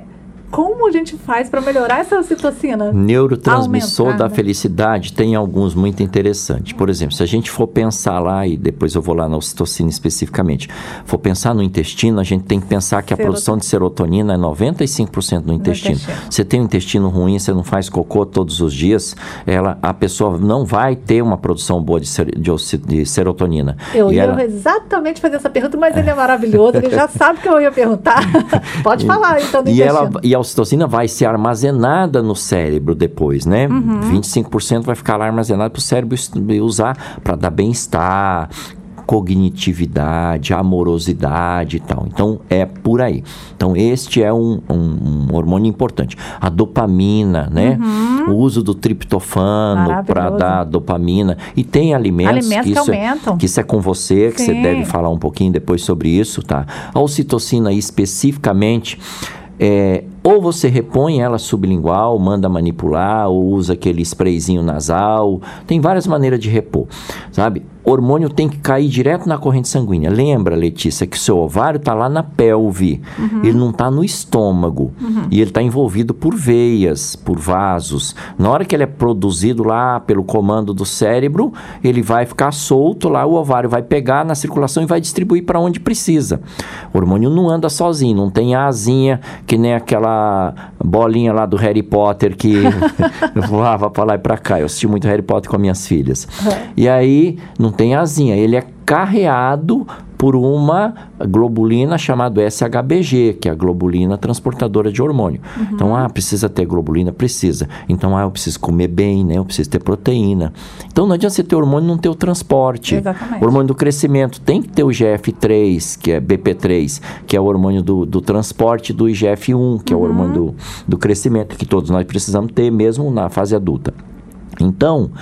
como a gente faz para melhorar essa ocitocina? Neurotransmissor Aumentar, da né? felicidade tem alguns muito interessantes. Por exemplo, se a gente for pensar lá, e depois eu vou lá na ocitocina especificamente, for pensar no intestino, a gente tem que pensar que a Serotonina. produção de serotonina é noventa e cinco por cento no intestino. intestino. Você tem um intestino ruim, você não faz cocô todos os dias, ela, a pessoa não vai ter uma produção boa de, ser, de, oci- de serotonina. Eu E ia ela- exatamente fazer essa pergunta, mas ele é maravilhoso, ele já sabe que eu ia perguntar. Pode falar, então, do E, intestino. ela, e a ocitocina vai ser armazenada no cérebro depois, né? Uhum. vinte e cinco por cento vai ficar lá armazenado para o cérebro est- usar para dar bem-estar, cognitividade, amorosidade e tal. Então, é por aí. Então, este é um, um- um hormônio importante. A dopamina, né? O uso do triptofano para Maravilhoso. dar dopamina. E tem alimentos, Alimentos que, que isso é, aumentam. que isso é com você, que você Sim. deve falar um pouquinho depois sobre isso, tá? A ocitocina especificamente, é, ou você repõe ela sublingual, manda manipular, ou usa aquele sprayzinho nasal. Tem várias maneiras de repor, sabe? O hormônio tem que cair direto na corrente sanguínea. Lembra, Letícia, que o seu ovário está lá na pelve. Uhum. Ele não está no estômago. E ele está envolvido por veias, por vasos. Na hora que ele é produzido lá pelo comando do cérebro, ele vai ficar solto lá, o ovário vai pegar na circulação e vai distribuir para onde precisa. O hormônio não anda sozinho, não tem asinha, que nem aquela bolinha lá do Harry Potter que voava para lá e para cá. Eu assisti muito Harry Potter com as minhas filhas. E aí, não tem asinha, ele é carreado por uma globulina chamada S H B G, que é a globulina transportadora de hormônio. Uhum. Então, ah, precisa ter globulina? Precisa. Então, ah, eu preciso comer bem, né? Eu preciso ter proteína. Então, não adianta você ter hormônio e não ter o transporte. Exatamente. O hormônio do crescimento tem que ter o G F três, que é B P três, que é o hormônio do, do transporte, do I G F um, que é o hormônio do, do crescimento, que todos nós precisamos ter mesmo na fase adulta. Então,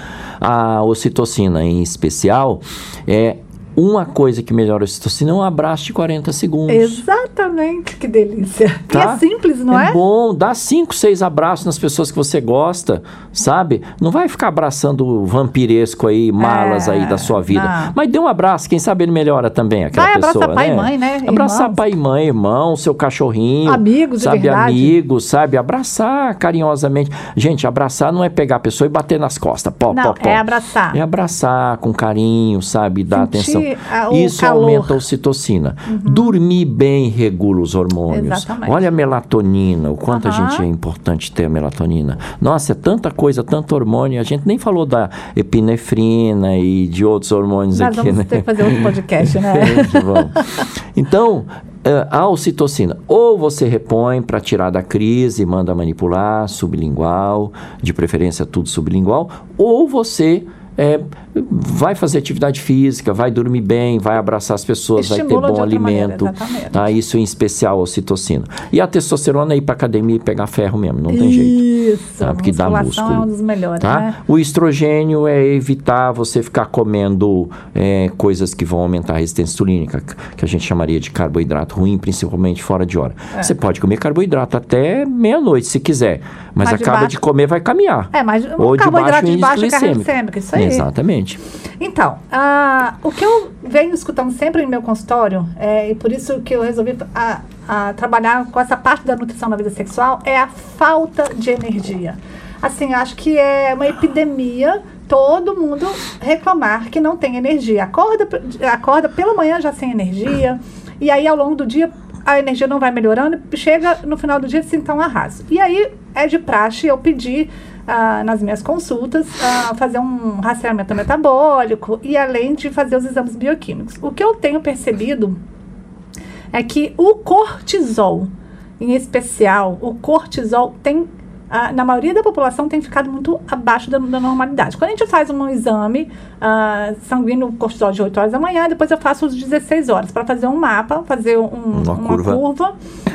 a ocitocina em especial é uma coisa que melhora a ocitocina, é um abraço de quarenta segundos. Exatamente, que delícia. Tá? E é simples, não é? É bom, dá cinco, seis abraços nas pessoas que você gosta, sabe? Não vai ficar abraçando vampiresco aí, malas É, aí da sua vida. não. Mas dê um abraço, quem sabe ele melhora também aquela Vai pessoa, abraçar pai né? e mãe, né? Abraçar Irmãos. pai e mãe, irmão, seu cachorrinho. Amigos de sabe? verdade. Amigos, sabe? Abraçar carinhosamente. Gente, abraçar não é pegar a pessoa e bater nas costas. Pó, Não, pó, pó. é abraçar. É abraçar com carinho, sabe? Dar Sentir atenção. a- o Isso calor. aumenta a ocitocina. Dormir bem regula os hormônios. Exatamente. Olha a melatonina, o quanto a Aham. gente é importante ter a melatonina. Nossa, é tanta coisa, tanto hormônio. A gente nem falou da epinefrina e de outros hormônios Nós aqui, vamos né? ter que fazer outro podcast, né? É, que vamos. Então, eh, a ocitocina, ou você repõe para tirar da crise, manda manipular, sublingual, de preferência tudo sublingual, ou você eh, vai fazer atividade física, vai dormir bem, vai abraçar as pessoas, vai ter Estimula de bom outra maneira, alimento. exatamente. Tá? Isso em especial a ocitocina. E a testosterona é ir para academia e pegar ferro mesmo, não tem jeito. Isso, Tá? Porque dá musculação músculo. é um dos melhores, Tá? né? O estrogênio é evitar você ficar comendo é, coisas que vão aumentar a resistência insulínica, que a gente chamaria de carboidrato ruim, principalmente fora de hora. É. Você pode comer carboidrato até meia-noite, se quiser, mas Mas de acaba baixo- de comer, vai caminhar. É, mas Ou o de carboidrato baixo de índice baixo é carga glicêmico. glicêmica, isso aí. Exatamente. Então, ah, o que eu venho escutando sempre no meu consultório, é, e por isso que eu resolvi a, a trabalhar com essa parte da nutrição na vida sexual, é a falta de energia. Assim, acho que é uma epidemia todo mundo reclamar que não tem energia. Acorda, acorda pela manhã já sem energia, e aí ao longo do dia a energia não vai melhorando, chega no final do dia assim, então arraso. E aí é de praxe eu pedir ah, nas minhas consultas ah, fazer um rastreamento metabólico e além de fazer os exames bioquímicos. O que eu tenho percebido é que o cortisol, em especial, o cortisol tem ah, na maioria da população tem ficado muito abaixo da, da normalidade. Quando a gente faz um exame ah, sanguíneo, cortisol de oito horas da manhã, depois eu faço os dezesseis horas para fazer um mapa, fazer um, Uma uma, curva. curva.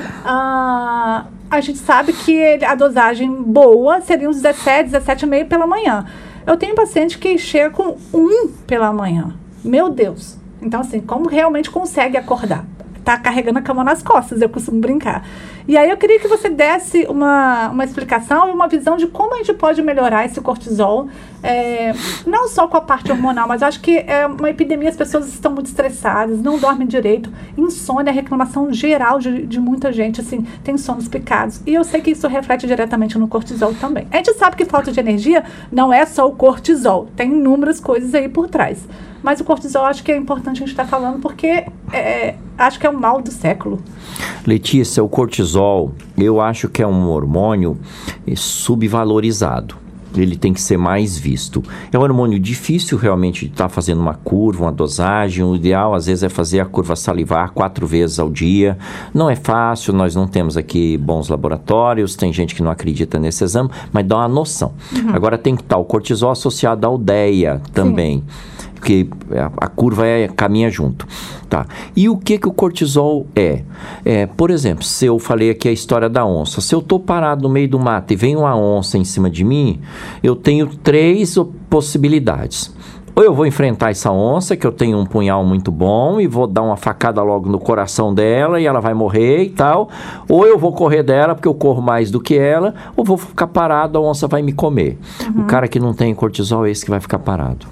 Ah, a gente sabe que ele- a dosagem boa seria uns dezessete, dezessete e meio pela manhã. Eu tenho paciente que chega com um pela manhã. Meu Deus! Então, assim, como realmente consegue acordar? Tá carregando a cama nas costas, eu costumo brincar. E aí eu queria que você desse uma, uma explicação e uma visão de como a gente pode melhorar esse cortisol, é, não só com a parte hormonal, mas eu acho que é uma epidemia, as pessoas estão muito estressadas, não dormem direito, insônia, reclamação geral de, de muita gente, assim, tem sonos picados. E eu sei que isso reflete diretamente no cortisol também. A gente sabe que falta de energia não é só o cortisol, tem inúmeras coisas aí por trás. Mas o cortisol acho que é importante a gente estar falando porque é, acho que é o mal do século. Letícia, o cortisol, eu acho que é um hormônio subvalorizado. Ele tem que ser mais visto. É um hormônio difícil realmente de estar fazendo uma curva, uma dosagem. O ideal, às vezes, é fazer a curva salivar quatro vezes ao dia. Não é fácil, nós não temos aqui bons laboratórios, tem gente que não acredita nesse exame, mas dá uma noção. Uhum. Agora, tem que estar o cortisol associado à aldeia também. Sim. Porque a, a curva é, caminha junto, tá? E o que que o cortisol é? É, por exemplo, se eu falei aqui a história da onça, se eu tô parado no meio do mato e vem uma onça em cima de mim, eu tenho três possibilidades. Ou eu vou enfrentar essa onça, que eu tenho um punhal muito bom, e vou dar uma facada logo no coração dela, e ela vai morrer e tal. Ou eu vou correr dela, porque eu corro mais do que ela, ou vou ficar parado, a onça vai me comer. Uhum. O cara que não tem cortisol é esse que vai ficar parado.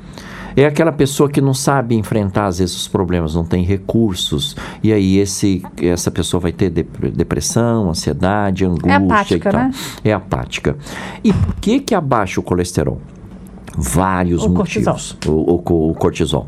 É aquela pessoa que não sabe enfrentar, às vezes, os problemas, não tem recursos. E aí, esse, essa pessoa vai ter depressão, ansiedade, angústia é apática, e tal. Né? É apática. E por que que abaixa o colesterol? Vários o motivos. Cortisol. O, o, o cortisol.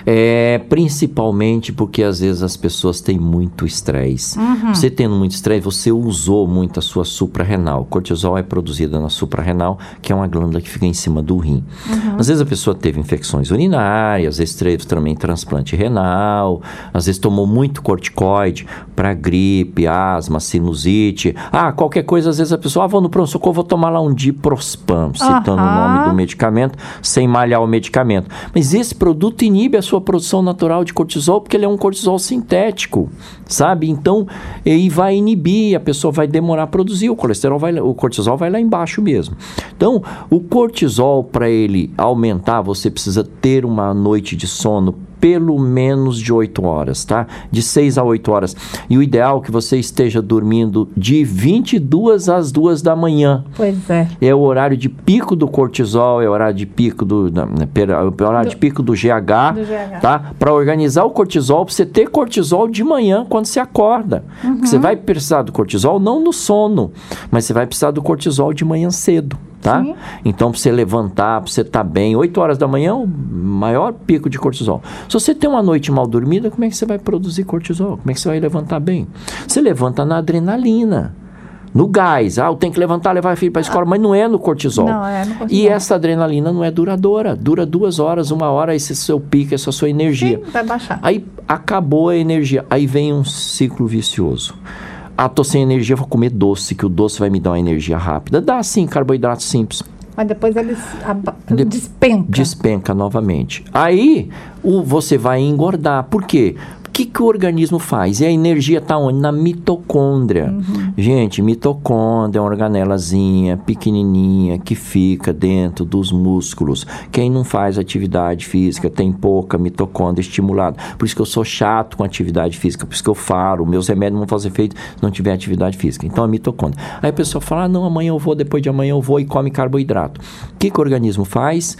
É, principalmente porque às vezes as pessoas têm muito estresse. Uhum. Você tendo muito estresse, você usou muito a sua suprarrenal. O cortisol é produzido na suprarrenal, que é uma glândula que fica em cima do rim. Uhum. Às vezes a pessoa teve infecções urinárias, às vezes teve também transplante renal, às vezes tomou muito corticoide para gripe, asma, sinusite. Ah, qualquer coisa, às vezes a pessoa, ah, vou no pronto-socorro, vou tomar lá um Diprospam, citando uhum. o nome do medicamento, sem malhar o medicamento. Mas esse produto inibe a sua produção natural de cortisol, porque ele é um cortisol sintético, sabe? Então, ele vai inibir, a pessoa vai demorar a produzir, o colesterol vai, o cortisol vai lá embaixo mesmo. Então, o cortisol, para ele aumentar, você precisa ter uma noite de sono pelo menos de oito horas, tá? De seis a oito horas. E o ideal é que você esteja dormindo de vinte e duas às duas da manhã. Pois é. É o horário de pico do cortisol, é o horário de pico do, não, é o horário do, de pico do G H, do G H. Tá? Para organizar o cortisol, para você ter cortisol de manhã quando você acorda. Uhum. Você vai precisar do cortisol não no sono, mas você vai precisar do cortisol de manhã cedo. Tá? Sim. Então, para você levantar, para você estar tá bem, oito horas da manhã é o maior pico de cortisol. Se você tem uma noite mal dormida, como é que você vai produzir cortisol? Como é que você vai levantar bem? Você levanta na adrenalina, no gás. Ah, eu tenho que levantar, levar a filha para a escola, mas não é no cortisol. Não, é no cortisol. E essa adrenalina não é duradoura. Dura duas horas, uma hora, esse seu pico, essa sua energia. Sim, vai baixar. Aí acabou a energia. Aí vem um ciclo vicioso. Ah, tô sem energia, vou comer doce, que o doce vai me dar uma energia rápida. Dá sim, carboidrato simples. Mas depois ele De- despenca. Despenca novamente. Aí o, você vai engordar. Por quê? O que, que o organismo faz? E a energia está onde? Na mitocôndria. Uhum. Gente, mitocôndria é uma organelazinha pequenininha que fica dentro dos músculos. Quem não faz atividade física tem pouca mitocôndria estimulada. Por isso que eu sou chato com atividade física. Por isso que eu falo, meus remédios não vão fazer efeito se não tiver atividade física. Então, a mitocôndria. Aí a pessoa fala, ah, não, amanhã eu vou, depois de amanhã eu vou e come carboidrato. O que, que o organismo faz?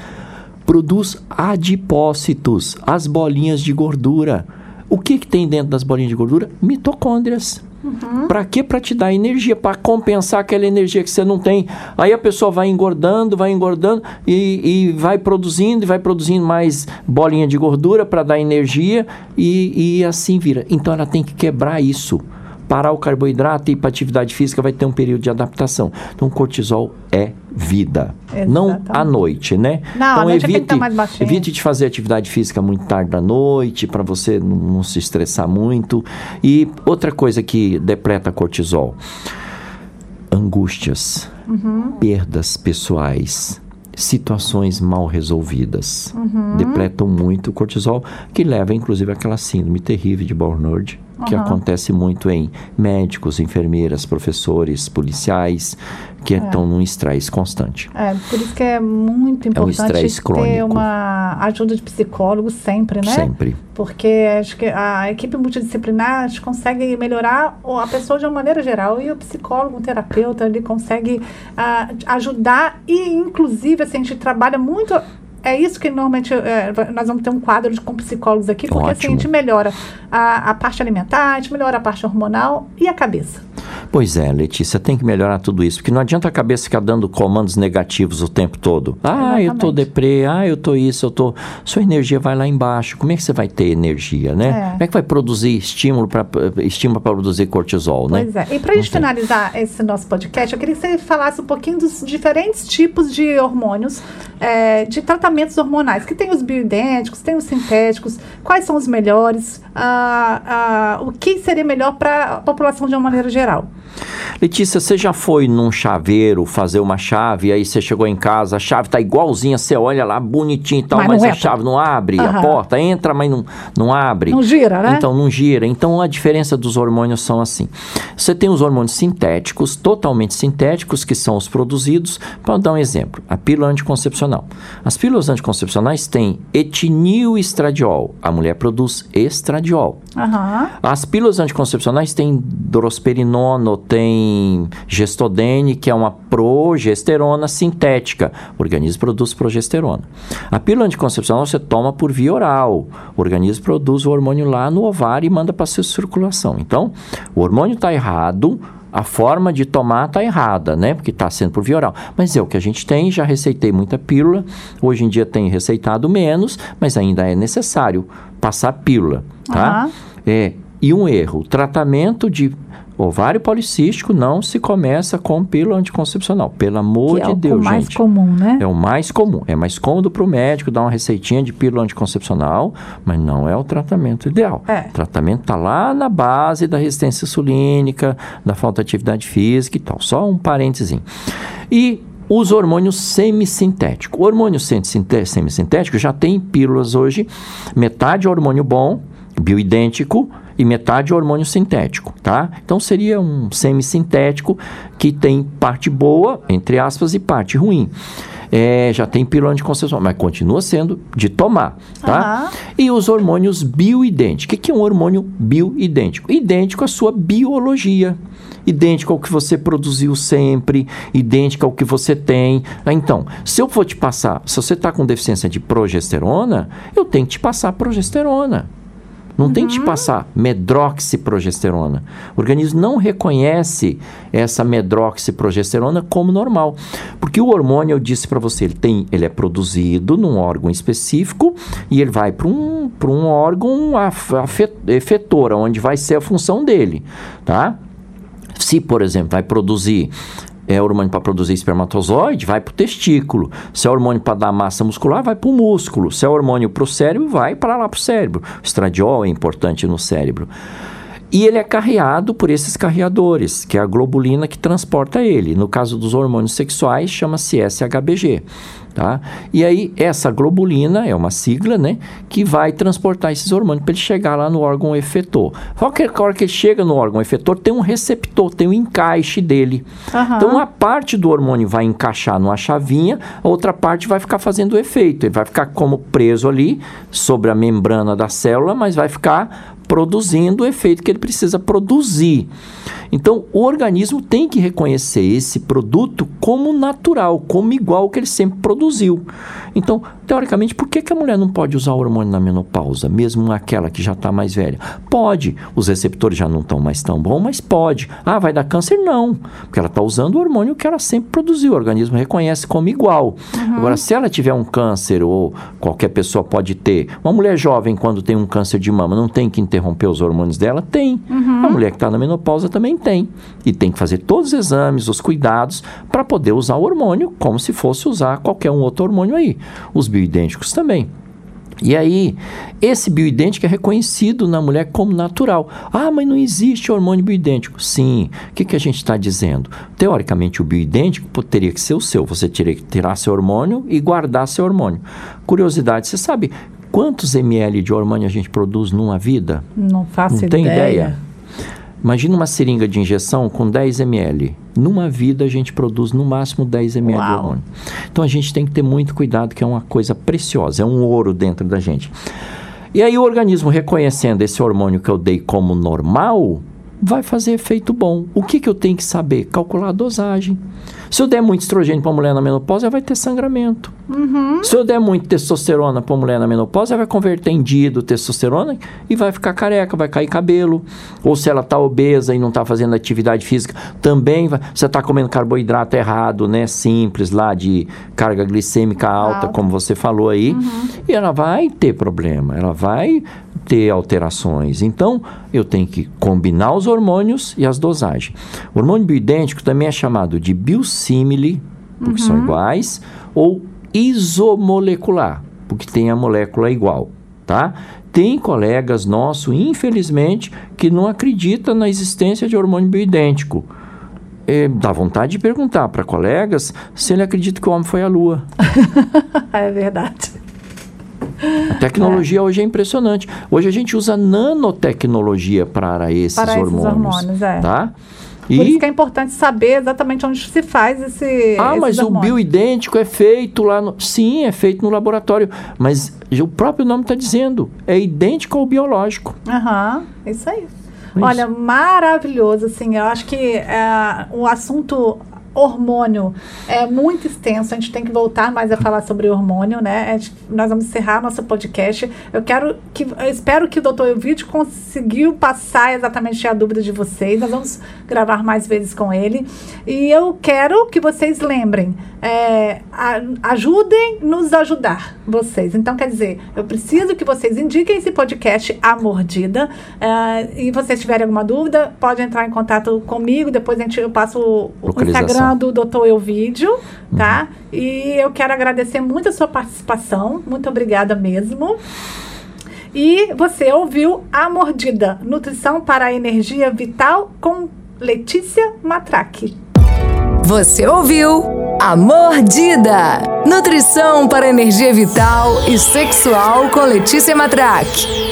Produz adipócitos, as bolinhas de gordura. O que, que tem dentro das bolinhas de gordura? Mitocôndrias. Uhum. Para quê? Para te dar energia, para compensar aquela energia que você não tem. Aí a pessoa vai engordando, vai engordando e, e vai produzindo, e vai produzindo mais bolinha de gordura para dar energia e, e assim vira. Então ela tem que quebrar isso. Parar o carboidrato e ir para atividade física vai ter um período de adaptação. Então, o cortisol é vida. Exatamente. Não à noite, né? Não, então, à noite evite, tem que estar mais baixinho. Evite de fazer atividade física muito tarde da noite, para você não, não se estressar muito. E outra coisa que depleta cortisol: angústias, uhum. perdas pessoais, situações mal resolvidas. Uhum. Depletam muito o cortisol, que leva, inclusive, àquela síndrome terrível de burnout. que Uhum. acontece muito em médicos, enfermeiras, professores, policiais, que estão num estresse constante. É, por isso que é muito importante estresse ter crônico. uma ajuda de psicólogo sempre, né? Sempre. Porque acho que a equipe multidisciplinar acho que consegue melhorar a pessoa de uma maneira geral, e o psicólogo, o terapeuta, ele consegue ah, ajudar, e inclusive assim, a gente trabalha muito. É isso que normalmente é, nós vamos ter um quadro de, com psicólogos aqui, porque assim, a Ótimo. gente melhora a, a parte alimentar, a gente melhora a parte hormonal e a cabeça. Pois é, Letícia, tem que melhorar tudo isso, porque não adianta a cabeça ficar dando comandos negativos o tempo todo. Ah, eu tô Exatamente. deprê, ah, eu tô isso, eu tô... Sua energia vai lá embaixo. Como é que você vai ter energia, né? É. Como é que vai produzir estímulo para estímulo para produzir cortisol, né? Pois é. E para a gente finalizar esse nosso podcast, eu queria que você falasse um pouquinho dos diferentes tipos de hormônios, é, de tratamentos hormonais, que tem os bioidênticos, tem os sintéticos, quais são os melhores, ah, ah, o que seria melhor para a população de uma maneira geral. Letícia, você já foi num chaveiro fazer uma chave, aí você chegou em casa, a chave tá igualzinha, você olha lá, bonitinho e tal, Mas mas, não a entra. chave não abre, a Aham. porta entra, mas não, não abre. Não gira, né? Então, não gira. Então, a diferença dos hormônios são assim. Você tem os hormônios sintéticos, totalmente sintéticos, que são os produzidos. Para dar um exemplo, a pílula anticoncepcional. As pílulas anticoncepcionais têm etinil-estradiol. A mulher produz estradiol. Aham. As pílulas anticoncepcionais têm drosperinona, tem gestodene, que é uma progesterona sintética. O organismo produz progesterona. A pílula anticoncepcional você toma por via oral. O organismo produz o hormônio lá no ovário e manda para a sua circulação. Então, o hormônio está errado, a forma de tomar está errada, né? Porque está sendo por via oral. Mas é o que a gente tem, já receitei muita pílula. Hoje em dia tem receitado menos, mas ainda é necessário passar pílula, tá? Aham. É, e um erro, o tratamento de ovário policístico não se começa com pílula anticoncepcional. Pelo amor Que é de o Deus, mais gente. comum, né? É o mais comum. É mais cômodo para o médico dar uma receitinha de pílula anticoncepcional, mas não é o tratamento ideal. É. O tratamento está lá na base da resistência insulínica, da falta de atividade física e tal. Só um parentezinho. E os hormônios semissintéticos. O hormônio semi- semissintético já tem pílulas hoje, metade hormônio bom, bioidêntico, e metade hormônio sintético, tá? Então seria um semissintético que tem parte boa, entre aspas, e parte ruim. É, já tem pílula anticoncepcional, mas continua sendo de tomar, tá? Aham. E os hormônios bioidênticos. O que que é um hormônio bioidêntico? Idêntico à sua biologia. Idêntico ao que você produziu sempre, idêntico ao que você tem. Então, se eu for te passar, se você está com deficiência de progesterona, eu tenho que te passar progesterona. Não tem que te passar medroxiprogesterona. O organismo não reconhece essa medroxiprogesterona como normal. Porque o hormônio, eu disse para você, ele, tem, ele é produzido num órgão específico e ele vai para um, para um órgão afet, efetor, onde vai ser a função dele, tá? Se, por exemplo, vai produzir é hormônio para produzir espermatozoide, vai para o testículo. Se é hormônio para dar massa muscular, vai para o músculo. Se é hormônio para o cérebro, vai para lá para o cérebro. O estradiol é importante no cérebro. E ele é carreado por esses carreadores, que é a globulina que transporta ele. No caso dos hormônios sexuais, chama-se S H B G. Tá? E aí, essa globulina é uma sigla, né, que vai transportar esses hormônios para ele chegar lá no órgão efetor. Só que a hora que ele chega no órgão efetor, tem um receptor, tem um encaixe dele. Aham. Então, a parte do hormônio vai encaixar numa chavinha, a outra parte vai ficar fazendo o efeito. Ele vai ficar como preso ali, sobre a membrana da célula, mas vai ficar produzindo o efeito que ele precisa produzir. Então, o organismo tem que reconhecer esse produto como natural, como igual ao que ele sempre produziu. Então, teoricamente, por que que a mulher não pode usar o hormônio na menopausa, mesmo aquela que já está mais velha? Pode. Os receptores já não estão mais tão bons, mas pode. Ah, vai dar câncer? Não. Porque ela está usando o hormônio que ela sempre produziu. O organismo reconhece como igual. Uhum. Agora, se ela tiver um câncer, ou qualquer pessoa pode ter, uma mulher jovem, quando tem um câncer de mama, não tem que interromper os hormônios dela? Tem. Uhum. A mulher que está na menopausa também tem. E tem que fazer todos os exames, os cuidados, para poder usar o hormônio como se fosse usar qualquer um outro hormônio aí. Os bioidênticos também. E aí, esse bioidêntico é reconhecido na mulher como natural. Ah, mas não existe hormônio bioidêntico. Sim. O que que a gente está dizendo? Teoricamente, o bioidêntico teria que ser o seu. Você teria que tirar seu hormônio e guardar seu hormônio. Curiosidade, você sabe quantos ml de hormônio a gente produz numa vida? Não faço Não ideia. tem ideia? Imagina uma seringa de injeção com dez mililitros. Numa vida a gente produz no máximo dez mililitros de hormônio. Então a gente tem que ter muito cuidado, que é uma coisa preciosa, é um ouro dentro da gente. E aí o organismo, reconhecendo esse hormônio que eu dei como normal, vai fazer efeito bom. O que, que eu tenho que saber? Calcular a dosagem. Se eu der muito estrogênio para a mulher na menopausa, ela vai ter sangramento. Uhum. Se eu der muito testosterona para a mulher na menopausa, ela vai converter em dihidrotestosterona e vai ficar careca, vai cair cabelo. Ou se ela está obesa e não está fazendo atividade física, também vai. Você está comendo carboidrato errado, né? Simples lá, de carga glicêmica alta, alta. como você falou aí. Uhum. E ela vai ter problema, ela vai ter alterações. Então, eu tenho que combinar os hormônios e as dosagens. O hormônio bioidêntico também é chamado de biossímile, porque uhum. são iguais, ou isomolecular, porque tem a molécula igual, tá? Tem colegas nossos, infelizmente, que não acreditam na existência de hormônio bioidêntico. É, dá vontade de perguntar para colegas se ele acredita que o homem foi à Lua. É verdade. A tecnologia é. hoje é impressionante. Hoje a gente usa nanotecnologia para esses para hormônios. Esses hormônios é. Tá? E... Por isso que é importante saber exatamente onde se faz esse Ah, mas hormônios. O bioidêntico é feito lá no... Sim, é feito no laboratório. Mas o próprio nome está dizendo, é idêntico ao biológico. Aham, uhum, isso aí. Isso. Olha, maravilhoso, assim, eu acho que é, o assunto hormônio é muito extenso, a gente tem que voltar mais a falar sobre hormônio, né? Gente, nós vamos encerrar nosso podcast. Eu quero que, eu espero que o doutor Elvídio conseguiu passar exatamente a dúvida de vocês. Nós vamos gravar mais vezes com ele. E eu quero que vocês lembrem, é, a, ajudem nos ajudar, vocês. Então, quer dizer, eu preciso que vocês indiquem esse podcast A Mordida. É, e vocês tiverem alguma dúvida, pode entrar em contato comigo. Depois a gente, eu passo o, o Instagram do doutor Elvídio, tá? Uhum. E eu quero agradecer muito a sua participação. Muito obrigada mesmo. E você ouviu A Mordida, Nutrição para a Energia Vital com Letícia Matraque. Você ouviu A Mordida, Nutrição para a Energia Vital e Sexual com Letícia Matraque.